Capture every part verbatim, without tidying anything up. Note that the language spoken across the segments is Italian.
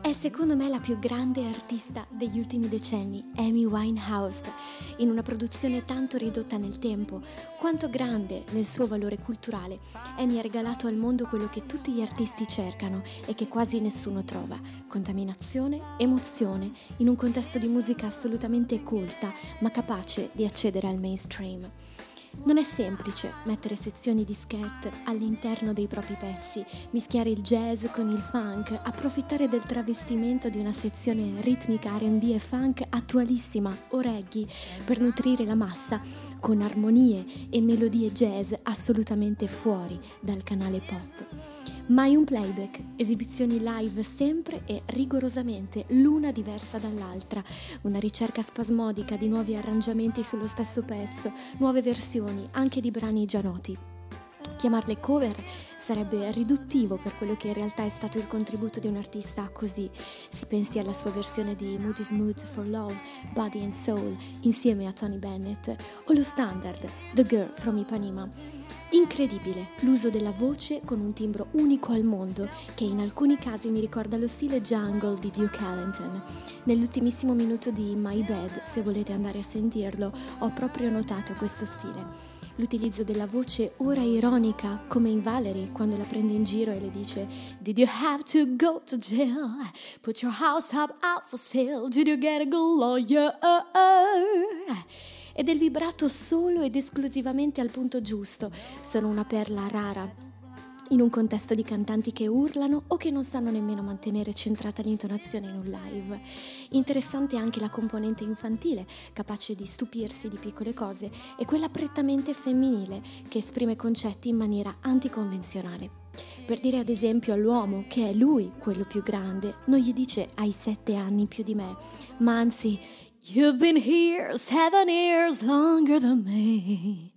È secondo me la più grande artista degli ultimi decenni, Amy Winehouse, in una produzione tanto ridotta nel tempo, quanto grande nel suo valore culturale. Amy ha regalato al mondo quello che tutti gli artisti cercano e che quasi nessuno trova: contaminazione, emozione, in un contesto di musica assolutamente colta, ma capace di accedere al mainstream. Non è semplice mettere sezioni di scat all'interno dei propri pezzi, mischiare il jazz con il funk, approfittare del travestimento di una sezione ritmica R and B e funk attualissima o reggae per nutrire la massa con armonie e melodie jazz assolutamente fuori dal canale pop. Mai un playback, esibizioni live sempre e rigorosamente l'una diversa dall'altra, una ricerca spasmodica di nuovi arrangiamenti sullo stesso pezzo, nuove versioni anche di brani già noti. Chiamarle cover sarebbe riduttivo per quello che in realtà è stato il contributo di un artista così. Si pensi alla sua versione di Mood is Mood for Love, Body and Soul, insieme a Tony Bennett, o lo standard, The Girl from Ipanema. Incredibile l'uso della voce con un timbro unico al mondo, che in alcuni casi mi ricorda lo stile jungle di Duke Ellington. Nell'ultimissimo minuto di My Bad, se volete andare a sentirlo, ho proprio notato questo stile. L'utilizzo della voce ora ironica, come in Valerie, quando la prende in giro e le dice "Did you have to go to jail? Put your house up out for sale? Did you get a good lawyer?" E del vibrato solo ed esclusivamente al punto giusto. Sono una perla rara in un contesto di cantanti che urlano o che non sanno nemmeno mantenere centrata l'intonazione in un live. Interessante anche la componente infantile, capace di stupirsi di piccole cose, e quella prettamente femminile, che esprime concetti in maniera anticonvenzionale. Per dire ad esempio all'uomo che è lui quello più grande, non gli dice "hai sette anni più di me", ma anzi "You've been here seven years longer than me".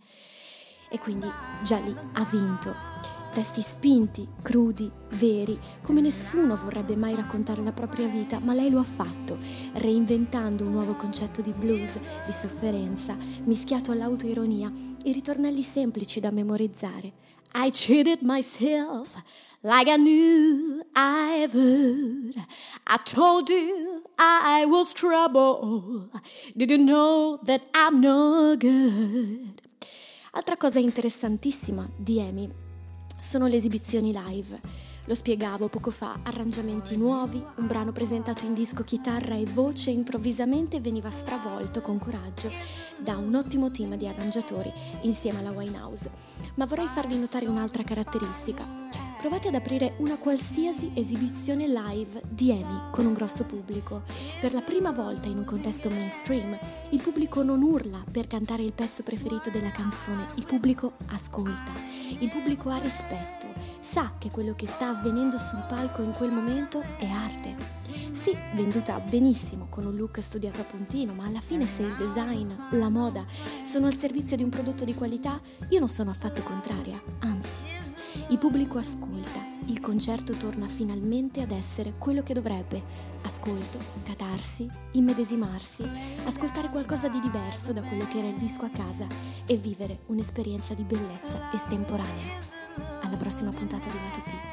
E quindi già lì ha vinto. Testi spinti, crudi, veri, come nessuno vorrebbe mai raccontare la propria vita, ma lei lo ha fatto, reinventando un nuovo concetto di blues, di sofferenza, mischiato all'autoironia, e ritornelli semplici da memorizzare. I cheated myself like I knew I would. I told you I was trouble. Did you know that I'm no good? Altra cosa interessantissima di Amy sono le esibizioni live. Lo spiegavo poco fa, arrangiamenti nuovi, un brano presentato in disco, chitarra e voce improvvisamente veniva stravolto con coraggio da un ottimo team di arrangiatori insieme alla Winehouse. Ma vorrei farvi notare un'altra caratteristica. Provate ad aprire una qualsiasi esibizione live di Amy con un grosso pubblico. Per la prima volta in un contesto mainstream, il pubblico non urla per cantare il pezzo preferito della canzone, il pubblico ascolta, il pubblico ha rispetto, sa che quello che sta avvenendo sul palco in quel momento è arte. Sì, venduta benissimo, con un look studiato a puntino, ma alla fine se il design, la moda sono al servizio di un prodotto di qualità, io non sono affatto contraria, anzi. Il pubblico ascolta, il concerto torna finalmente ad essere quello che dovrebbe: ascolto, catarsi, immedesimarsi, ascoltare qualcosa di diverso da quello che era il disco a casa e vivere un'esperienza di bellezza estemporanea. Alla prossima puntata di Lato P.